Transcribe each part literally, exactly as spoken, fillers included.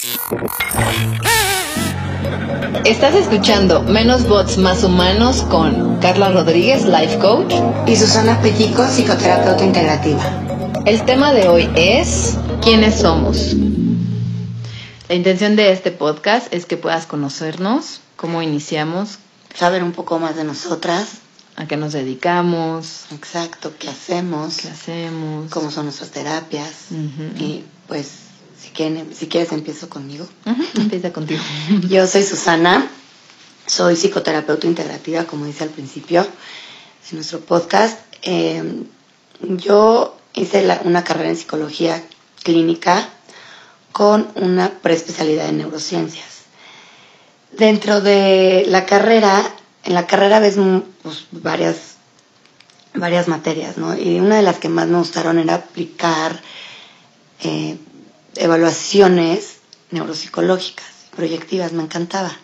Estás escuchando Menos Bots Más Humanos con Carla Rodríguez, Life Coach, y Susana Pellico, psicoterapeuta integrativa. El tema de hoy es ¿quiénes somos? La intención de este podcast es que puedas conocernos, cómo iniciamos, saber un poco más de nosotras, a qué nos dedicamos, exacto, qué hacemos, qué hacemos, cómo son nuestras terapias. Uh-huh. Y pues si quieren, si quieres empiezo conmigo. Uh-huh. Empieza contigo. Yo soy Susana, soy psicoterapeuta integrativa, como dice al principio de nuestro podcast. Eh, yo hice la, una carrera en psicología clínica con una preespecialidad en neurociencias. Dentro de la carrera, en la carrera ves pues, varias, varias materias, ¿no? Y una de las que más me gustaron era aplicar eh, evaluaciones neuropsicológicas, proyectivas, me encantaba.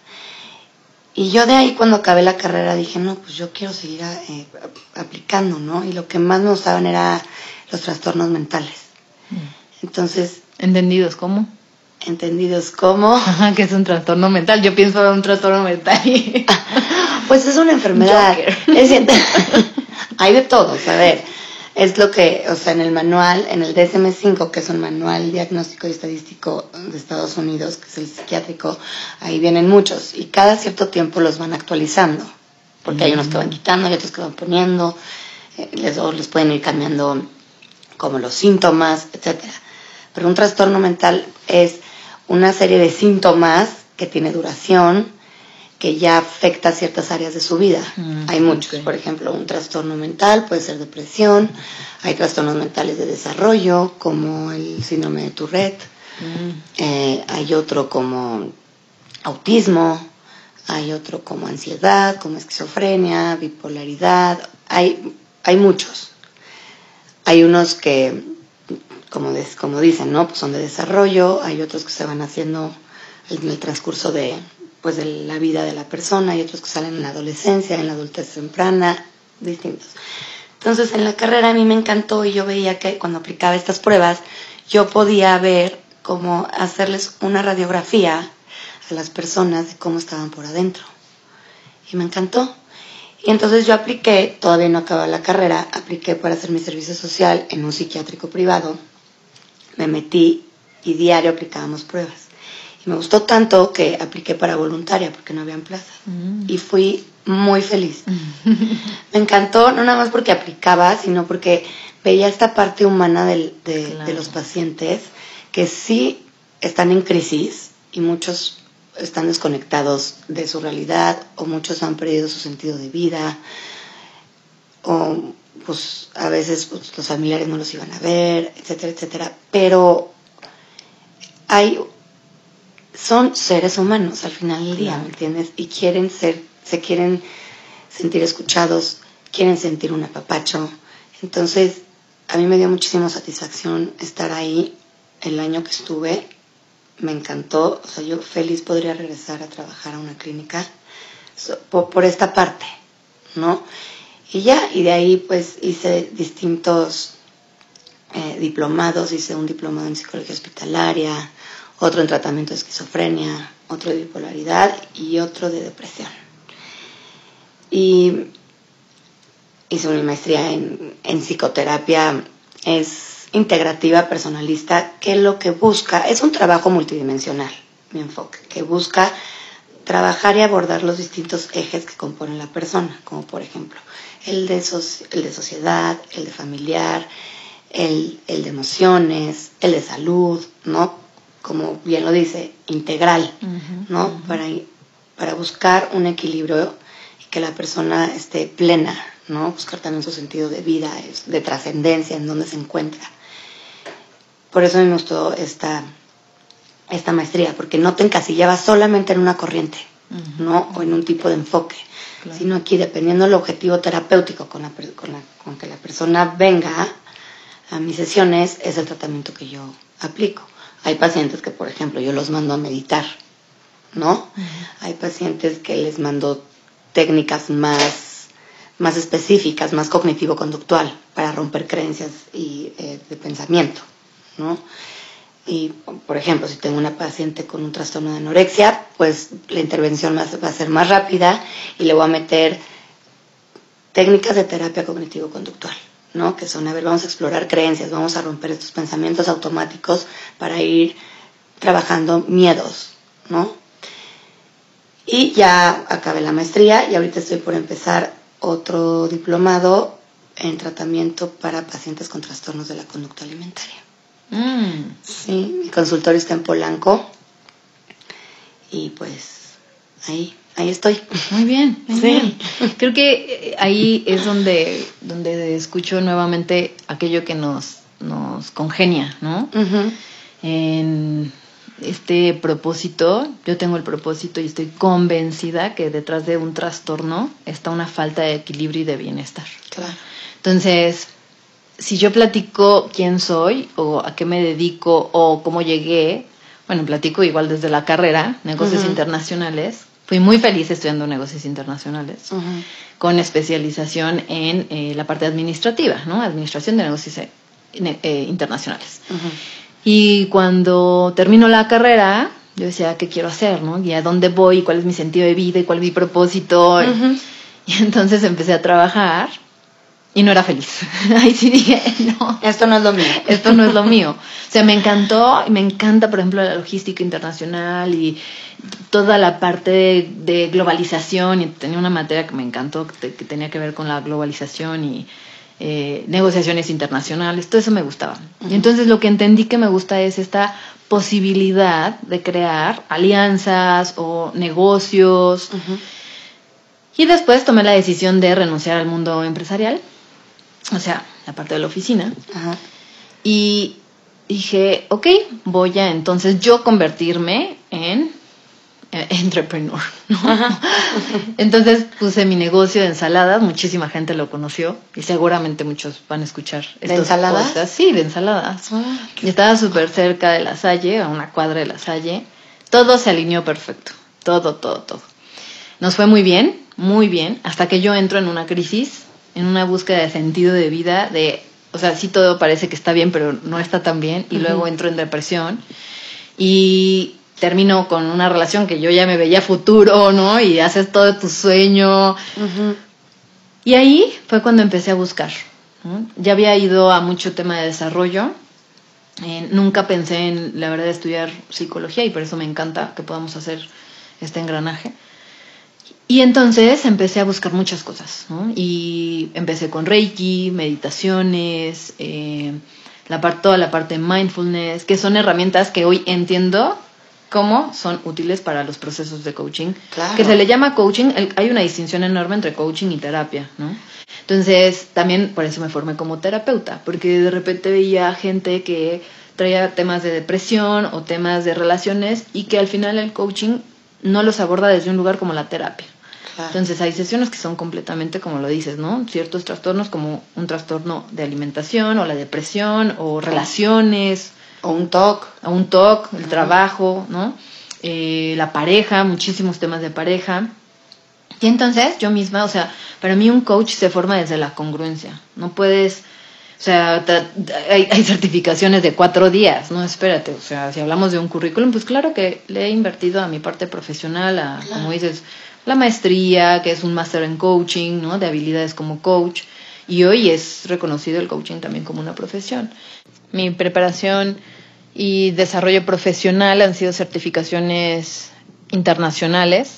Y yo de ahí cuando acabé la carrera dije, no, pues yo quiero seguir eh, aplicando, ¿no? Y lo que más me gustaban eran los trastornos mentales. Entonces... ¿Entendidos cómo? Entendidos como... Ajá, que es un trastorno mental. Yo pienso en un trastorno mental y... Pues es una enfermedad. Es, hay de todos, a ver. Es lo que, o sea, en el manual, en el D S M cinco, que es un manual diagnóstico y estadístico de Estados Unidos, que es el psiquiátrico, ahí vienen muchos. Y cada cierto tiempo los van actualizando. Porque mm. hay unos que van quitando y otros que van poniendo. Eh, les, o les pueden ir cambiando como los síntomas, etcétera. Pero un trastorno mental es una serie de síntomas que tiene duración, que ya afecta ciertas áreas de su vida. Mm, hay muchos, okay. Por ejemplo, un trastorno mental puede ser depresión, hay trastornos mentales de desarrollo, como el síndrome de Tourette, mm. eh, hay otro como autismo, hay otro como ansiedad, como esquizofrenia, bipolaridad, hay, hay muchos. Hay unos que, como, des, como dicen, ¿no? Pues son de desarrollo, hay otros que se van haciendo en el transcurso de... pues de la vida de la persona, y otros que salen en la adolescencia, en la adultez temprana, distintos. Entonces en la carrera a mí me encantó y yo veía que cuando aplicaba estas pruebas yo podía ver cómo hacerles una radiografía a las personas de cómo estaban por adentro, y me encantó. Y entonces yo apliqué, todavía no acababa la carrera, apliqué para hacer mi servicio social en un psiquiátrico privado, me metí y diario aplicábamos pruebas. Me gustó tanto que apliqué para voluntaria porque no habían plazas. Mm. Y fui muy feliz. Me encantó, no nada más porque aplicaba, sino porque veía esta parte humana de, de, claro. de los pacientes que sí están en crisis y muchos están desconectados de su realidad, o muchos han perdido su sentido de vida, o pues a veces pues, los familiares no los iban a ver, etcétera, etcétera. Pero hay... son seres humanos al final del día, ¿me entiendes? Y quieren ser, se quieren sentir escuchados, quieren sentir un apapacho. Entonces, a mí me dio muchísima satisfacción estar ahí el año que estuve. Me encantó, o sea, yo feliz podría regresar a trabajar a una clínica so, por, por esta parte, ¿no? Y ya, y de ahí pues hice distintos eh, diplomados, hice un diplomado en psicología hospitalaria, otro en tratamiento de esquizofrenia, otro de bipolaridad y otro de depresión. Y hice una maestría en, en psicoterapia, es integrativa personalista, que lo que busca es un trabajo multidimensional, mi enfoque, que busca trabajar y abordar los distintos ejes que componen la persona, como por ejemplo el de, so- el de sociedad, el de familiar, el, el de emociones, el de salud, ¿no? Como bien lo dice, integral, uh-huh, ¿no? Uh-huh. Para, para buscar un equilibrio y que la persona esté plena, ¿no? Buscar también su sentido de vida, de trascendencia, en donde se encuentra. Por eso me gustó esta, esta maestría, porque no te encasillaba solamente en una corriente, uh-huh, ¿no? O en un tipo de enfoque, claro. Sino aquí, dependiendo del objetivo terapéutico con, la, con, la, con que la persona venga a mis sesiones, es el tratamiento que yo aplico. Hay pacientes que, por ejemplo, yo los mando a meditar, ¿no? Uh-huh. Hay pacientes que les mando técnicas más, más específicas, más cognitivo-conductual, para romper creencias y, eh, de pensamiento, ¿no? Y, por ejemplo, si tengo una paciente con un trastorno de anorexia, pues la intervención va a ser más rápida y le voy a meter técnicas de terapia cognitivo-conductual, ¿no? Que son, a ver, vamos a explorar creencias, vamos a romper estos pensamientos automáticos para ir trabajando miedos, ¿no? Y ya acabé la maestría y ahorita estoy por empezar otro diplomado en tratamiento para pacientes con trastornos de la conducta alimentaria. Mm. Sí, mi consultorio está en Polanco y pues ahí, ahí estoy. Muy bien, muy sí. bien. Creo que ahí es donde, donde escucho nuevamente aquello que nos, nos congenia, ¿no? Uh-huh. En este propósito, yo tengo el propósito y estoy convencida que detrás de un trastorno está una falta de equilibrio y de bienestar. Claro. Entonces, si yo platico quién soy o a qué me dedico o cómo llegué, bueno, platico igual desde la carrera, negocios uh-huh. internacionales. Fui muy feliz estudiando negocios internacionales, uh-huh. con especialización en eh, la parte administrativa, ¿no? Administración de negocios eh, eh, internacionales. Uh-huh. Y cuando termino la carrera, yo decía, ¿qué quiero hacer, no? ¿Y a dónde voy? ¿Cuál es mi sentido de vida? ¿Y cuál es mi propósito? Uh-huh. Y entonces empecé a trabajar y no era feliz. Ahí sí dije, no. Esto no es lo mío. Esto no es lo mío. O sea, me encantó y me encanta, por ejemplo, la logística internacional y toda la parte de, de globalización. Y tenía una materia que me encantó, que, que tenía que ver con la globalización y eh, negociaciones internacionales. Todo eso me gustaba. Uh-huh. Y entonces lo que entendí que me gusta es esta posibilidad de crear alianzas o negocios. Uh-huh. Y después tomé la decisión de renunciar al mundo empresarial. O sea, la parte de la oficina. Ajá. Y dije, ok, voy a entonces yo convertirme en eh, entrepreneur, ¿no? Ajá. Entonces puse mi negocio de ensaladas, muchísima gente lo conoció y seguramente muchos van a escuchar estos ¿De ensaladas? Podcasts. Sí, de ensaladas. Ah, y estaba súper cerca de La Salle, a una cuadra de La Salle. Todo se alineó perfecto, todo, todo, todo. Nos fue muy bien, muy bien, hasta que yo entro en una crisis, en una búsqueda de sentido de vida, de, o sea, sí todo parece que está bien, pero no está tan bien, y uh-huh. luego entro en depresión, y termino con una relación que yo ya me veía futuro, ¿no? Y haces todo tu sueño. Uh-huh. Y ahí fue cuando empecé a buscar, ¿no? Ya había ido a mucho tema de desarrollo, eh, nunca pensé en, la verdad, estudiar psicología, y por eso me encanta que podamos hacer este engranaje. Y entonces empecé a buscar muchas cosas, ¿no? Y empecé con Reiki, meditaciones, eh, la part, toda la parte de mindfulness, que son herramientas que hoy entiendo cómo son útiles para los procesos de coaching. Claro. Que se le llama coaching, el, hay una distinción enorme entre coaching y terapia, ¿no? Entonces, también por eso me formé como terapeuta, porque de repente veía gente que traía temas de depresión o temas de relaciones y que al final el coaching no los aborda desde un lugar como la terapia. Claro. Entonces hay sesiones que son completamente, como lo dices, ¿no? Ciertos trastornos como un trastorno de alimentación o la depresión o relaciones. O un T O C. O un T O C, el uh-huh. trabajo, ¿no? Eh, la pareja, muchísimos temas de pareja. Y entonces yo misma, o sea, para mí un coach se forma desde la congruencia. No puedes, o sea, tra- hay, hay certificaciones de cuatro días, ¿no? Espérate, o sea, si hablamos de un currículum, pues claro que le he invertido a mi parte profesional, a, claro. como dices, la maestría, que es un máster en coaching, ¿no? De habilidades como coach, y hoy es reconocido el coaching también como una profesión. Mi preparación y desarrollo profesional han sido certificaciones internacionales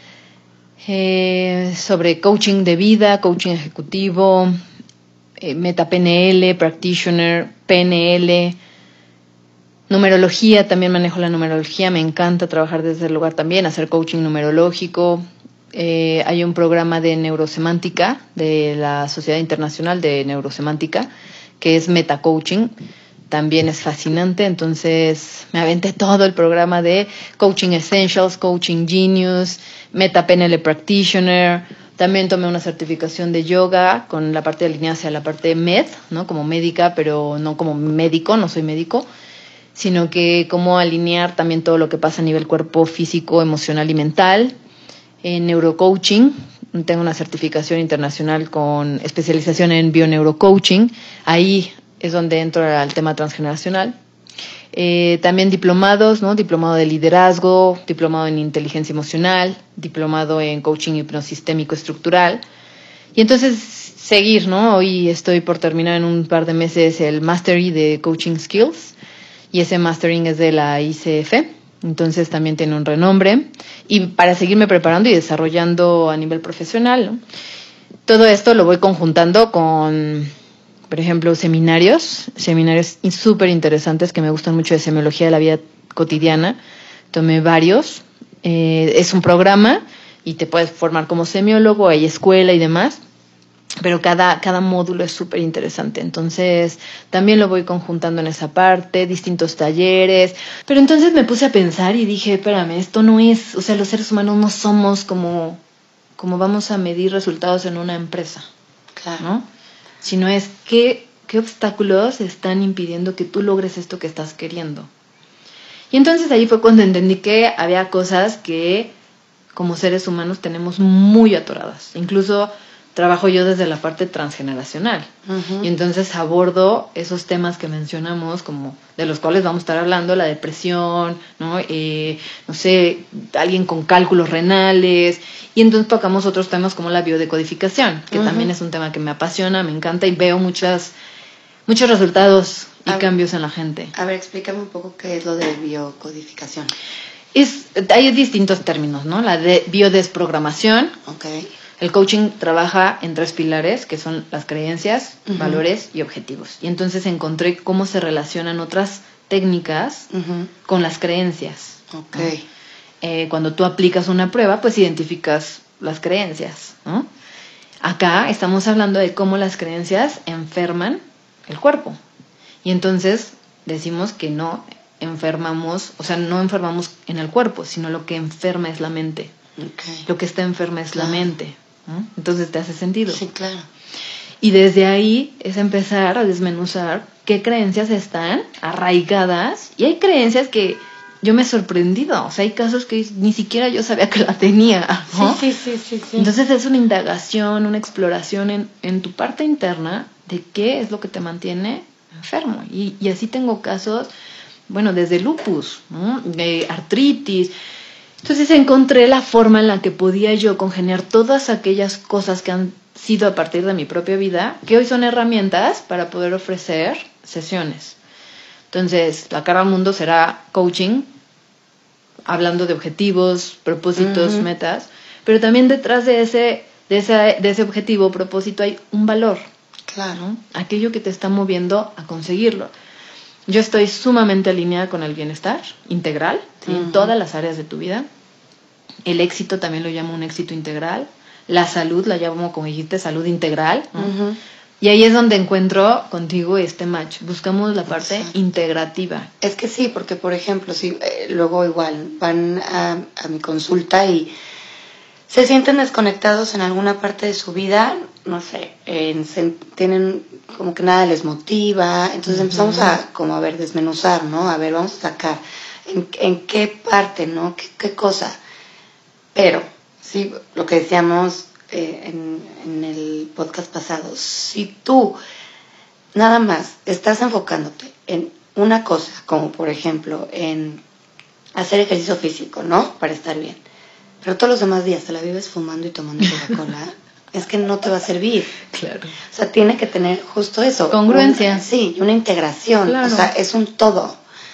eh, sobre coaching de vida, coaching ejecutivo, eh, Meta P N L, Practitioner, P N L, numerología, también manejo la numerología, me encanta trabajar desde el lugar también, hacer coaching numerológico. Eh, hay un programa de neurosemántica de la Sociedad Internacional de Neurosemántica que es Meta Coaching, también es fascinante, entonces me aventé todo el programa de Coaching Essentials, Coaching Genius, Meta P N L Practitioner. También tomé una certificación de yoga con la parte alineada hacia la parte med, ¿no? Como médica, pero no como médico, no soy médico, sino que cómo alinear también todo lo que pasa a nivel cuerpo físico, emocional y mental. En neurocoaching, tengo una certificación internacional con especialización en bioneurocoaching. Ahí es donde entro al tema transgeneracional. Eh, también diplomados, ¿no? Diplomado de liderazgo, diplomado en inteligencia emocional, diplomado en coaching hipnosistémico estructural. Y entonces seguir, ¿no? Hoy estoy por terminar en un par de meses el Mastery de Coaching Skills y ese Mastering es de la I C F, entonces también tiene un renombre. Y para seguirme preparando y desarrollando a nivel profesional, ¿no? Todo esto lo voy conjuntando con, por ejemplo, seminarios, seminarios súper interesantes que me gustan mucho de semiología de la vida cotidiana. Tomé varios. Eh, es un programa y te puedes formar como semiólogo, hay escuela y demás, pero cada, cada módulo es súper interesante. Entonces, también lo voy conjuntando en esa parte, distintos talleres. Pero entonces me puse a pensar y dije, espérame, esto no es, o sea, los seres humanos no somos como, como vamos a medir resultados en una empresa, claro, ¿no? Sino es qué, qué obstáculos están impidiendo que tú logres esto que estás queriendo. Y entonces ahí fue cuando entendí que había cosas que como seres humanos tenemos muy atoradas. Incluso trabajo yo desde la parte transgeneracional. Uh-huh. Y entonces abordo esos temas que mencionamos, como de los cuales vamos a estar hablando, la depresión, ¿no? Eh, no sé, alguien con cálculos renales. Y entonces tocamos otros temas como la biodecodificación, que uh-huh. también es un tema que me apasiona, me encanta y veo muchas, muchos resultados y a cambios en la gente. A ver, explícame un poco qué es lo de biocodificación. Es, hay distintos términos, ¿no? La de biodesprogramación. Okay. El coaching trabaja en tres pilares, que son las creencias, uh-huh. valores y objetivos. Y entonces encontré cómo se relacionan otras técnicas uh-huh. con las creencias. Okay. ¿No? Eh, cuando tú aplicas una prueba, pues identificas las creencias, ¿no? Acá estamos hablando de cómo las creencias enferman el cuerpo. Y entonces decimos que no enfermamos, o sea, no enfermamos en el cuerpo, sino lo que enferma es la mente. Okay. Lo que está enferma es claro. la mente, ¿no? Entonces te hace sentido. Sí, claro. Y desde ahí es empezar a desmenuzar qué creencias están arraigadas. Y hay creencias que yo me he sorprendido. O sea, hay casos que ni siquiera yo sabía que la tenía, ¿no? Sí, sí, sí, sí, sí. Entonces es una indagación, una exploración en, en tu parte interna de qué es lo que te mantiene enfermo. Y, y así tengo casos, bueno, desde lupus, ¿no? De artritis. Entonces encontré la forma en la que podía yo congeniar todas aquellas cosas que han sido a partir de mi propia vida, que hoy son herramientas para poder ofrecer sesiones. Entonces, la cara al mundo será coaching, hablando de objetivos, propósitos, uh-huh. metas, pero también detrás de ese, de ese, de ese objetivo, propósito, hay un valor. Claro. ¿No? Aquello que te está moviendo a conseguirlo. Yo estoy sumamente alineada con el bienestar integral, ¿sí? uh-huh. en todas las áreas de tu vida. El éxito también lo llamo un éxito integral. La salud la llamo, como dijiste, salud integral, ¿no? uh-huh. Y ahí es donde encuentro contigo este match. Buscamos la parte Exacto. integrativa. Es que sí, porque por ejemplo, si eh, luego igual van a, a mi consulta y se sienten desconectados en alguna parte de su vida, no sé, en, se, tienen como que nada les motiva, entonces uh-huh. empezamos a como a ver, desmenuzar, ¿no? A ver, vamos a sacar en, en qué parte, ¿no? ¿Qué, qué cosa? Pero, sí, lo que decíamos eh, en, en el podcast pasado, si tú nada más estás enfocándote en una cosa, como por ejemplo en hacer ejercicio físico, ¿no? Para estar bien, pero todos los demás días te la vives fumando y tomando Coca-Cola, es que no te va a servir. Claro. O sea, tiene que tener justo eso. Congruencia. Un, sí, una integración. Claro. O sea, es un todo.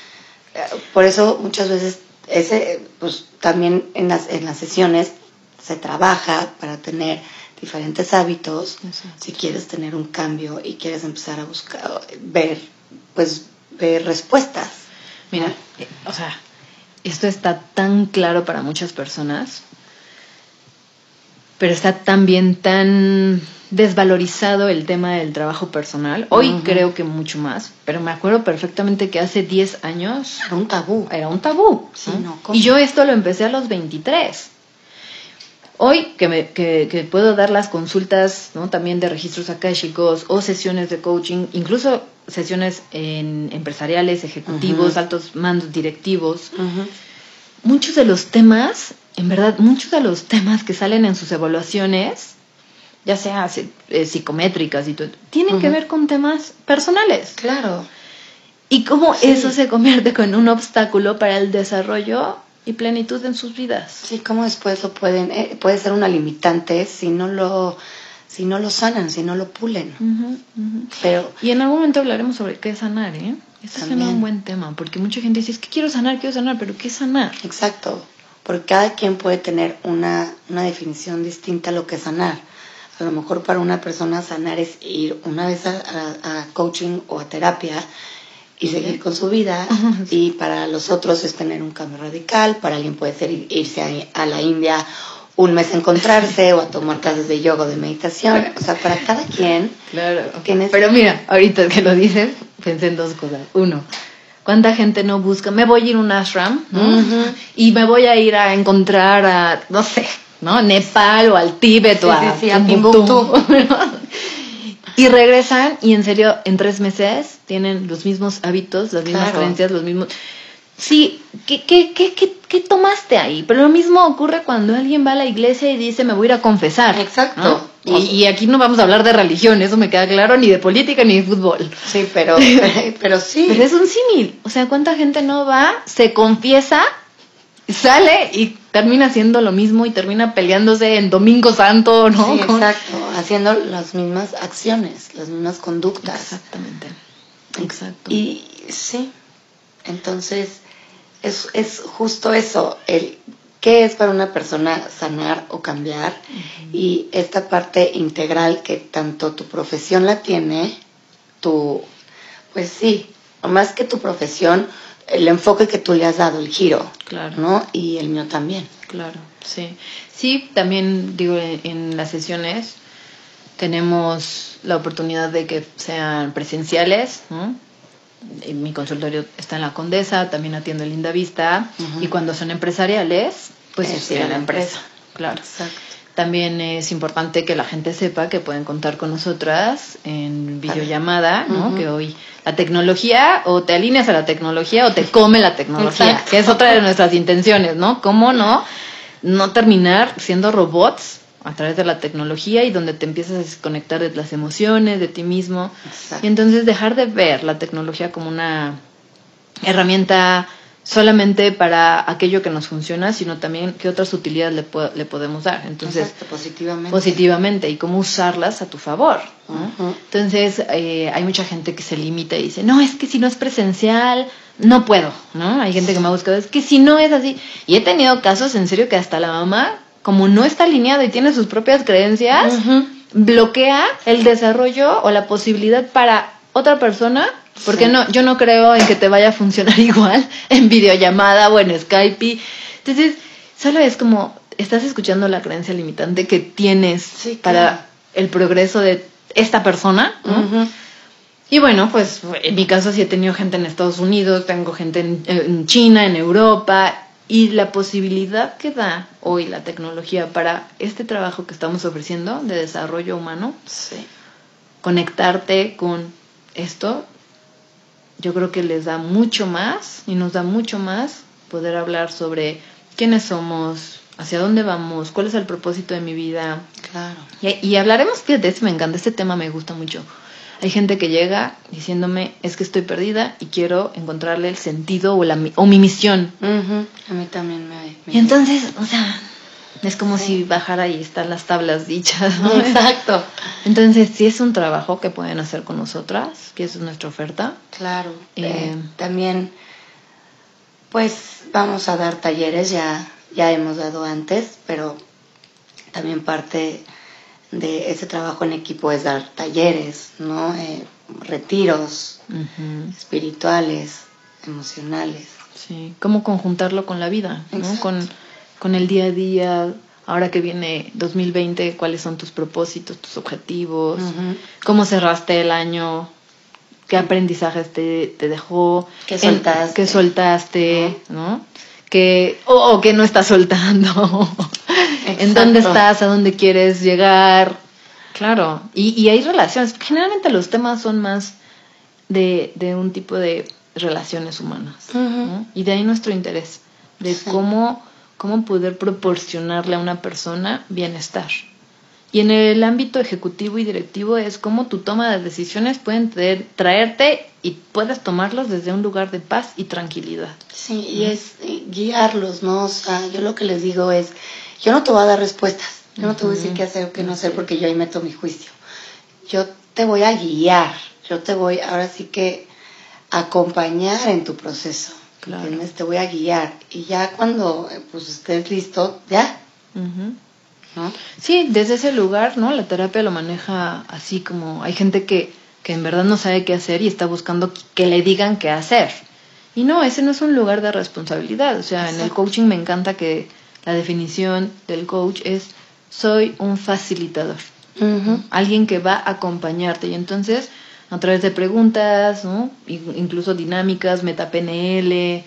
Por eso muchas veces ese, pues también en las, en las sesiones se trabaja para tener diferentes hábitos. Exacto. Si quieres tener un cambio y quieres empezar a buscar, ver, pues, ver respuestas. Mira, eh, o sea, esto está tan claro para muchas personas, pero está también tan desvalorizado el tema del trabajo personal. Hoy uh-huh. creo que mucho más, pero me acuerdo perfectamente que hace diez años era un tabú. Era un tabú. Sí, ¿no? ¿no? Y yo esto lo empecé a los veintitrés. Hoy que, me, que, que puedo dar las consultas, ¿no? También de registros akáshicos o sesiones de coaching, incluso sesiones en empresariales, ejecutivos, uh-huh. altos mandos directivos. Uh-huh. Muchos de los temas, en verdad, muchos de los temas que salen en sus evaluaciones, ya sea eh, psicométricas y todo, tienen uh-huh. que ver con temas personales. Claro. Y cómo sí. eso se convierte con un obstáculo para el desarrollo y plenitud en sus vidas. Sí, cómo después lo pueden, eh, puede ser una limitante si no lo, si no lo sanan, si no lo pulen. Uh-huh, uh-huh. Pero, y en algún momento hablaremos sobre qué es sanar, ¿eh? Ese es un buen tema, porque mucha gente dice, es que quiero sanar, quiero sanar, pero ¿qué es sanar? Exacto, porque cada quien puede tener una, una definición distinta a lo que es sanar. A lo mejor para una persona sanar es ir una vez a, a, a coaching o a terapia y seguir con su vida, y para los otros es tener un cambio radical. Para alguien puede ser irse a, a la India un mes a encontrarse o a tomar clases de yoga o de meditación. O sea, para cada quien. Claro. Tienes... Pero mira, ahorita que lo dices, pensé en dos cosas. Uno, ¿cuánta gente no busca? Me voy a ir a un ashram, ¿no? Uh-huh. Y me voy a ir a encontrar a, no sé, ¿no? Nepal o al Tíbet sí, o a, sí, sí, a Timbuktu. Y regresan y en serio, en tres meses tienen los mismos hábitos, las mismas claro. creencias, los mismos... Sí, ¿qué, qué, qué, qué, ¿qué tomaste ahí? Pero lo mismo ocurre cuando alguien va a la iglesia y dice, me voy a ir a confesar. Exacto. ¿No? Y, y aquí no vamos a hablar de religión, eso me queda claro, ni de política, ni de fútbol. Sí, pero, pero sí. Pero es un símil. O sea, ¿cuánta gente no va, se confiesa, sale y termina haciendo lo mismo y termina peleándose en Domingo Santo, ¿no? Sí, exacto, haciendo las mismas acciones, las mismas conductas. Exactamente, exacto. Y sí, entonces es, es justo eso, el qué es para una persona sanar o cambiar, uh-huh. y esta parte integral que tanto tu profesión la tiene, tu, pues sí, más que tu profesión, el enfoque que tú le has dado, el giro, claro, ¿no? Y el mío también. Claro, sí. Sí, también digo, en, en las sesiones tenemos la oportunidad de que sean presenciales, ¿no? En mi consultorio está en la Condesa, también atiendo en Linda Vista, uh-huh. y cuando son empresariales, pues es ir a la empresa. Claro. Exacto. También es importante que la gente sepa que pueden contar con nosotras en videollamada, ¿no? Uh-huh. Que hoy la tecnología, o te alineas a la tecnología o te come la tecnología, exacto. Que es otra de nuestras intenciones, ¿no? ¿Cómo no? No terminar siendo robots a través de la tecnología y donde te empiezas a desconectar de las emociones, de ti mismo. Exacto. Y entonces dejar de ver la tecnología como una herramienta solamente para aquello que nos funciona, sino también qué otras utilidades le, po- le podemos dar. Entonces, exacto, positivamente. Positivamente, y cómo usarlas a tu favor, ¿no? Uh-huh. Entonces, eh, hay mucha gente que se limita y dice, no, es que si no es presencial, no puedo, ¿no? Hay gente sí. que me ha buscado, es que si no es así. Y he tenido casos, en serio, que hasta la mamá, como no está alineada y tiene sus propias creencias, uh-huh. bloquea el desarrollo o la posibilidad para otra persona. Porque sí. no, yo no creo en que te vaya a funcionar igual en videollamada o en Skype. Entonces, solo es como, estás escuchando la creencia limitante que tienes sí, para claro. el progreso de esta persona, ¿no? Uh-huh. Y bueno, pues en mi caso sí he tenido gente en Estados Unidos, tengo gente en, en China, en Europa, y la posibilidad que da hoy la tecnología para este trabajo que estamos ofreciendo de desarrollo humano, sí. conectarte con esto, yo creo que les da mucho más y nos da mucho más poder hablar sobre quiénes somos, hacia dónde vamos, cuál es el propósito de mi vida. Claro. Y, y hablaremos, fíjate, este me encanta, este tema me gusta mucho. Hay gente que llega diciéndome, es que estoy perdida y quiero encontrarle el sentido o, la, o mi misión. Uh-huh. A mí también me... me y entonces, o sea, es como sí. si bajara y están las tablas dichas, ¿no? Exacto. Entonces, sí es un trabajo que pueden hacer con nosotras, que esa es nuestra oferta. Claro. Eh, eh, también, pues, vamos a dar talleres, ya, ya hemos dado antes, pero también parte de ese trabajo en equipo es dar talleres, ¿no? Eh, retiros uh-huh. espirituales, emocionales. Sí, cómo conjuntarlo con la vida, ¿no? Con, con el día a día. Ahora que viene dos mil veinte, ¿cuáles son tus propósitos, tus objetivos? Uh-huh. ¿Cómo cerraste el año? ¿Qué aprendizajes te, te dejó? ¿Qué soltaste? En, ¿Qué soltaste? Uh-huh. ¿No? ¿Qué, o, o qué no estás soltando? ¿En dónde estás? ¿A dónde quieres llegar? Claro. Y, y hay relaciones. Generalmente los temas son más de, de un tipo de relaciones humanas. Uh-huh. ¿No? Y de ahí nuestro interés. De sí. cómo... cómo poder proporcionarle a una persona bienestar. Y en el ámbito ejecutivo y directivo es como tu toma de decisiones pueden traer, traerte y puedes tomarlos desde un lugar de paz y tranquilidad. Sí, y ¿Mm? es guiarlos, ¿no? O sea, yo lo que les digo es, yo no te voy a dar respuestas, yo no te voy a decir qué hacer o qué no hacer porque yo ahí meto mi juicio. Yo te voy a guiar, yo te voy, ahora sí que acompañar en tu proceso, claro. ¿Entiendes? Te voy a guiar y ya cuando pues estés listo, ya, uh-huh. ¿no? Sí, desde ese lugar, ¿no? La terapia lo maneja así como hay gente que, que en verdad no sabe qué hacer y está buscando que le digan qué hacer. Y no, ese no es un lugar de responsabilidad. O sea, exacto. En el coaching me encanta que la definición del coach es soy un facilitador. Uh-huh. Alguien que va a acompañarte. Y entonces, a través de preguntas, ¿no? Incluso dinámicas, meta P N L,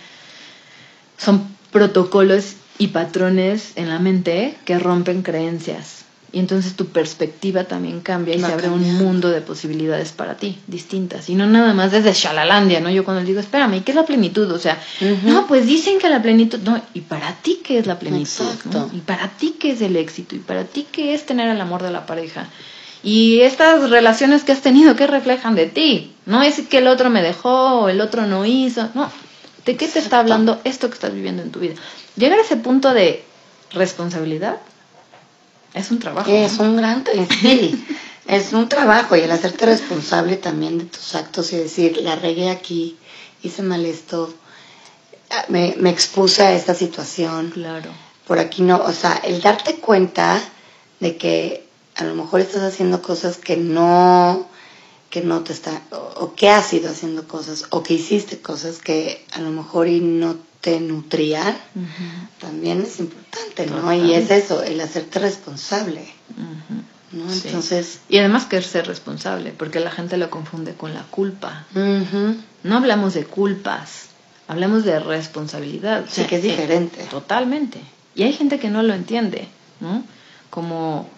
son protocolos y patrones en la mente que rompen creencias. Y entonces tu perspectiva también cambia y Va se abre cambiando. Un mundo de posibilidades para ti, distintas. Y no nada más desde Shalalandia, ¿no? Yo cuando les digo, espérame, ¿qué es la plenitud? O sea, uh-huh. no, pues dicen que la plenitud... No, ¿y para ti qué es la plenitud? ¿No? ¿Y para ti qué es el éxito? ¿Y para ti qué es tener el amor de la pareja? Y estas relaciones que has tenido, ¿qué reflejan de ti? No es que el otro me dejó o el otro no hizo, no. ¿De qué te está hablando esto que estás viviendo en tu vida? Llegar a ese punto de responsabilidad es un trabajo. Es ¿no? un gran sí, es un trabajo y el hacerte responsable también de tus actos y decir, la regué aquí, hice mal esto, me, me expuse a esta situación. Claro. Por aquí no, o sea, el darte cuenta de que a lo mejor estás haciendo cosas que no... que no te está, o, o que has ido haciendo cosas, o que hiciste cosas que a lo mejor y no te nutrían, uh-huh. también es importante, ¿no? Total. Y es eso, el hacerte responsable, uh-huh. ¿no? Entonces... Sí. Y además que ser responsable, porque la gente lo confunde con la culpa. Uh-huh. No hablamos de culpas, hablamos de responsabilidad. Sí, o sea, que es diferente. Eh, totalmente. Y hay gente que no lo entiende, ¿no? Como...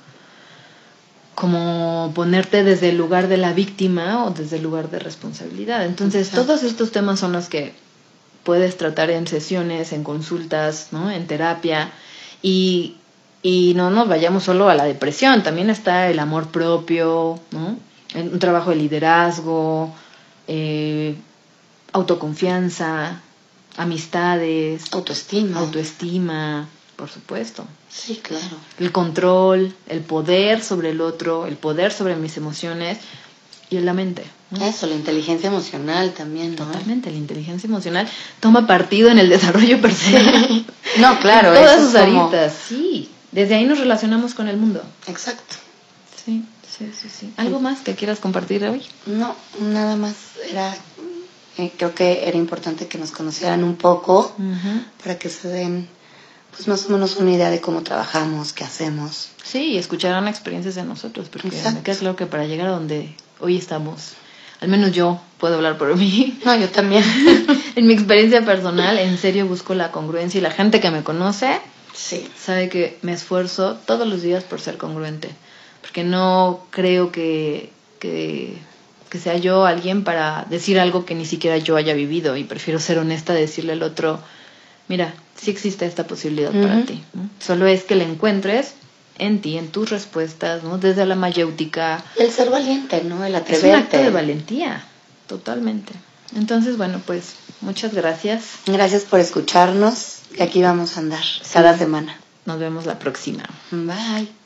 como ponerte desde el lugar de la víctima o desde el lugar de responsabilidad. Entonces, exacto. Todos estos temas son los que puedes tratar en sesiones, en consultas, ¿no? En terapia. Y, y no nos vayamos solo a la depresión, también está el amor propio, ¿no? Un trabajo de liderazgo, eh, autoconfianza, amistades, autoestima. Autoestima. Por supuesto. Sí, claro. El control, el poder sobre el otro, el poder sobre mis emociones y la mente, ¿no? Eso, la inteligencia emocional también, ¿no? Totalmente, la inteligencia emocional toma partido en el desarrollo personal. No, claro. Todas sus aritas, como... sí. Desde ahí nos relacionamos con el mundo. Exacto. Sí, sí, sí, sí. ¿Algo sí. más que quieras compartir hoy? No, nada más. Era, eh, creo que era importante que nos conocieran un poco uh-huh. para que se den... pues más o menos una idea de cómo trabajamos, qué hacemos. Sí, y escucharán experiencias de nosotros, porque exacto. Me queda claro que para llegar a donde hoy estamos, al menos yo puedo hablar por mí. No, yo también. En mi experiencia personal, en serio busco la congruencia y la gente que me conoce sí. sabe que me esfuerzo todos los días por ser congruente, porque no creo que, que, que sea yo alguien para decir algo que ni siquiera yo haya vivido y prefiero ser honesta, decirle al otro, mira, sí existe esta posibilidad uh-huh. para ti, ¿no? Solo es que la encuentres en ti, en tus respuestas, ¿no? Desde la mayéutica. El ser valiente, ¿no? El atreverte. Es un acto de valentía, totalmente. Entonces, bueno, pues, muchas gracias. Gracias por escucharnos, que aquí vamos a andar sí. cada semana. Nos vemos la próxima. Bye.